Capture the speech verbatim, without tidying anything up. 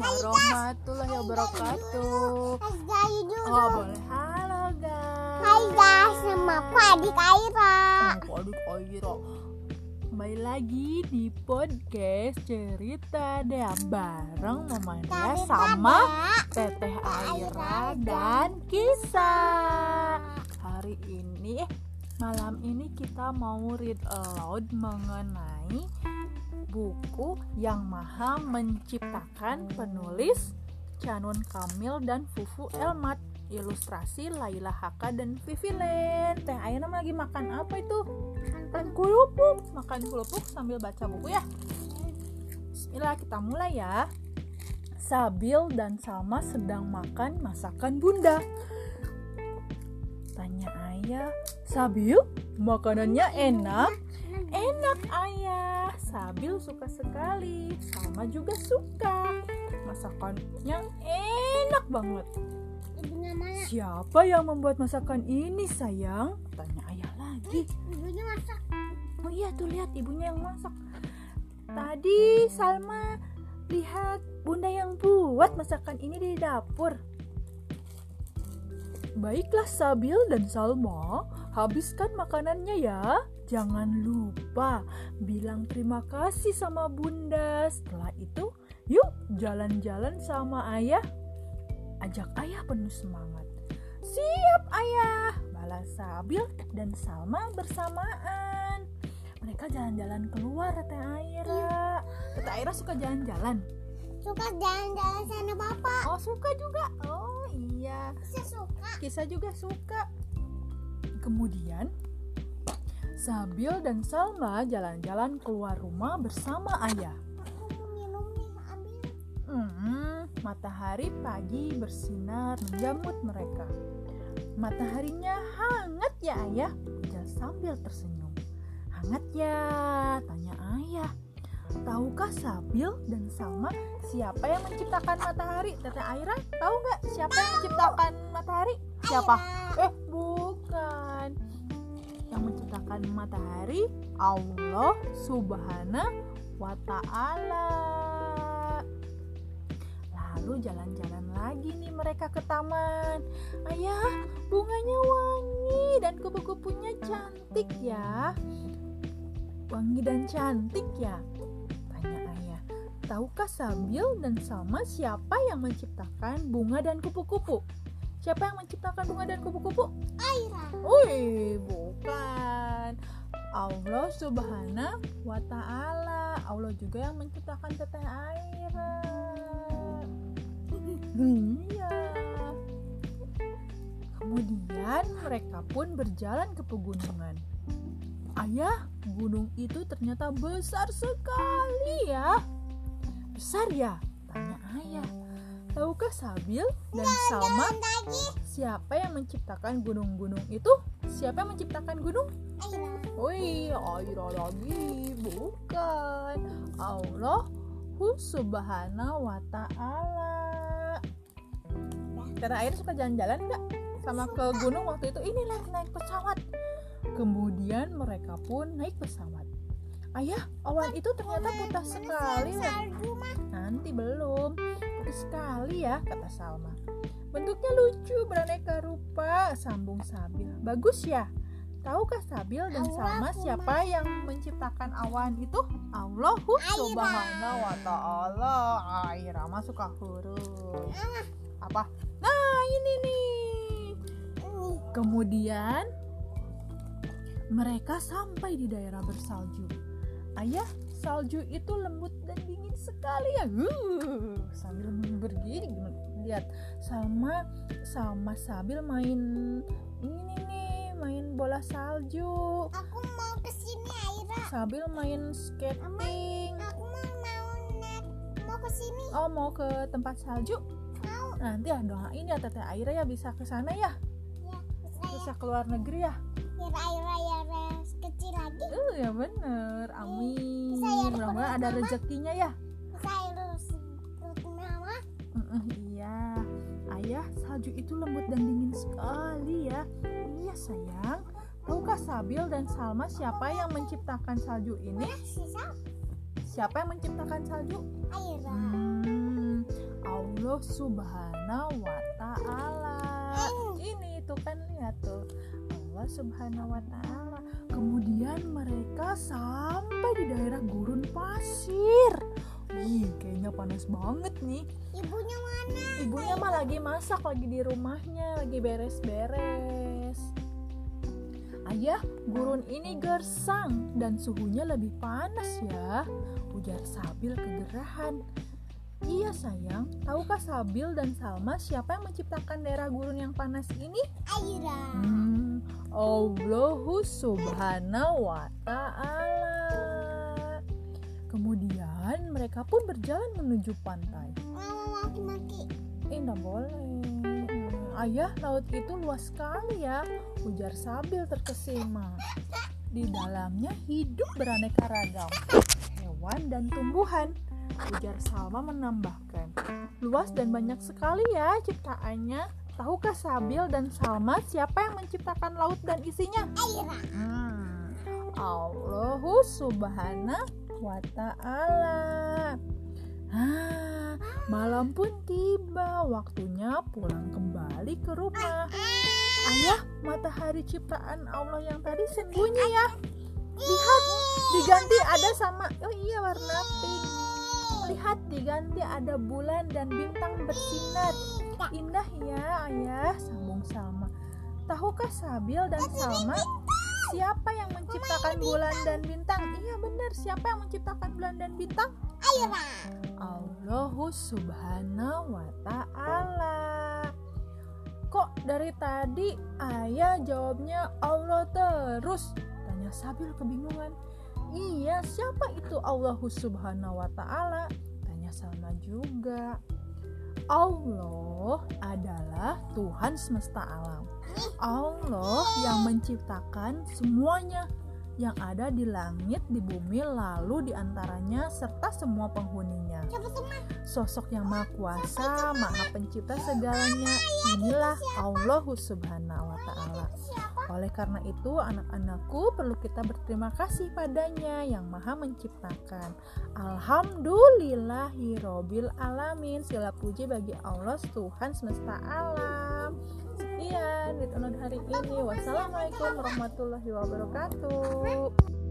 warahmatullahi wabarakatuh. Oh boleh. Halo guys. Hai guys, nama aku Adik Aira. Aku Adik Aira. Kembali lagi di podcast cerita deh bareng Mama Dea sama Teteh Aira dan Kisah. Hari ini, eh, malam ini kita mau read aloud mengenai buku Yang Maha Menciptakan, penulis Canun Kamil dan Fufu Elmat, ilustrasi Laila Haka dan Vivi Len. Teh Aina lagi makan apa itu? Makan kulupuk. Makan kulupuk sambil baca buku ya. Bismillah, kita mulai ya. Sabil dan Salma sedang makan masakan bunda. Tanya ayah, Sabil, makanannya enak? Enak ayah, Sabil suka sekali, Salma juga suka. Masakannya enak banget. Siapa yang membuat masakan ini sayang? Tanya ayah lagi. Ibunya masak. Oh iya tuh, lihat ibunya yang masak. Tadi Salma lihat bunda yang buat masakan ini di dapur. Baiklah Sabil dan Salma, habiskan makanannya ya. Jangan lupa bilang terima kasih sama bunda. Setelah itu, yuk jalan-jalan sama ayah. Ajak ayah penuh semangat. Siap ayah, balas Sabil dan Salma bersamaan. Mereka jalan-jalan keluar, Teteh Aira. Teteh Aira suka jalan-jalan. Suka jalan-jalan sana bapak. Oh suka juga. Oh iya. Saya suka. Kisah juga suka. Kemudian Sabil dan Salma jalan-jalan keluar rumah bersama ayah. Aku mau minum nih, ambil. Hmm, matahari pagi bersinar menjamut mereka. Mataharinya hangat ya ayah, ujar sambil tersenyum. Hangat ya, tanya ayah. Tahukah Sabil dan Salma siapa yang menciptakan matahari? Teteh Aira, tahu nggak siapa yang menciptakan matahari? Siapa? Eh, bukan. Yang menciptakan matahari Allah Subhanahu wa Ta'ala. Lalu jalan-jalan lagi nih mereka ke taman. Ayah, bunganya wangi dan kupu-kupunya cantik ya. Wangi dan cantik ya? Tanya ayah. Tahukah Sabil dan Salma siapa yang menciptakan bunga dan kupu-kupu? Siapa yang menciptakan bunga dan kupu-kupu? Aira. Wih, bukan. Allah Subhanahu wa Ta'ala. Allah juga yang menciptakan Teteh Aira. Iya. Kemudian mereka pun berjalan ke pegunungan. Ayah, gunung itu ternyata besar sekali ya. Besar ya? Tanya ayah. Tahukah Sabil dan Salma siapa yang menciptakan gunung-gunung itu? Siapa yang menciptakan gunung? Aira. Wih, Aira lagi. Bukan. Allah Subhanahu wa Ta'ala. Teteh Aira suka jalan-jalan nggak? Sama ke gunung waktu itu? Ini naik, naik pesawat. Kemudian mereka pun naik pesawat. Ayah, awan itu ternyata putih sekali ya. Nanti belum. Putih sekali ya, kata Salma. Bentuknya lucu, beraneka rupa, sambung Sabil. Bagus ya? Tahukah Sabil dan Salma siapa yang menciptakan awan itu? Allah Subhanahu wa Ta'ala. Aira masuk ke huruf. Apa? Nah, ini nih. Kemudian mereka sampai di daerah bersalju. Ayah, salju itu lembut dan dingin sekali ya. Uh, sambil berdiri lihat Salma sama Sabil main ini nih, main bola salju. Aku mau ke sini Aira. Sabil main skating. Aku mau mau naik, mau ke sini. Oh, mau ke tempat salju? Mau. Nanti ya doain ya Teteh Aira ya bisa ke sana ya. Ya, Bisa keluar negeri ya. biar Aira ya res kecil lagi. Uh, ya bener. Amin. Bisa ya, Mudah-mudahan ada Mama. rezekinya ya. Bisa Aira mama. Uh, iya. Ayah, salju itu lembut dan dingin sekali ya. Iya sayang. Tahukah Sabil dan Salma siapa yang menciptakan salju ini? Sisa Siapa yang menciptakan salju? Aira. Hmm, Allah Subhanahu wa Ta'ala. Ini tuh kan, lihat tuh, Allah Subhanahu wa Ta'ala. Kemudian mereka sampai di daerah gurun pasir. Wih, kayaknya panas banget nih. Ibunya mana? Ibunya mah lagi masak, lagi di rumahnya, lagi beres-beres. Ayah, gurun ini gersang dan suhunya lebih panas ya, ujar Sabil kegerahan. Iya sayang, tahukah Sabil dan Salma siapa yang menciptakan daerah gurun yang panas ini? Aira. Hmm, Allahu Subhanahu wa Ta'ala. Kemudian mereka pun berjalan menuju pantai. Mama maki-maki. Eh, nggak boleh. Hmm, ayah, laut itu luas sekali ya, ujar Sabil terkesima. Di dalamnya hidup beraneka ragam hewan dan tumbuhan, ujar Salma menambahkan. Luas dan banyak sekali ya ciptaannya. Tahukah Sabil dan Salma siapa yang menciptakan laut dan isinya? Aira. Hmm, Allahu Subhanahu wa Ta'ala. Ah, malam pun tiba, waktunya pulang kembali ke rumah. Ayah, matahari ciptaan Allah yang tadi sembunyi ya. Lihat, diganti ada sama, oh iya, warna pink. Lihat, diganti ada bulan dan bintang bersinar. Indah ya ayah, sambung Salma. Tahukah Sabil dan Salma siapa yang menciptakan bulan dan bintang? Iya benar, siapa yang menciptakan bulan dan bintang? Aira. Allahu Subhanahu wa Ta'ala. Kok dari tadi ayah jawabnya Allah terus? Tanya Sabil kebingungan. Iya, siapa itu Allahu Subhanahu wa Ta'ala? Tanya Salma juga. Allah adalah Tuhan semesta alam. Allah yang menciptakan semuanya yang ada di langit, di bumi, lalu di antaranya serta semua penghuninya. Sosok yang maha kuasa, maha pencipta segalanya. Inilah Allah Subhanahu wa Ta'ala. Oleh karena itu, anak-anakku, perlu kita berterima kasih padanya yang maha menciptakan. Alhamdulillahirobbil alamin. Segala puji bagi Allah Tuhan semesta alam. Sekian di hari ini. Wassalamualaikum warahmatullahi wabarakatuh.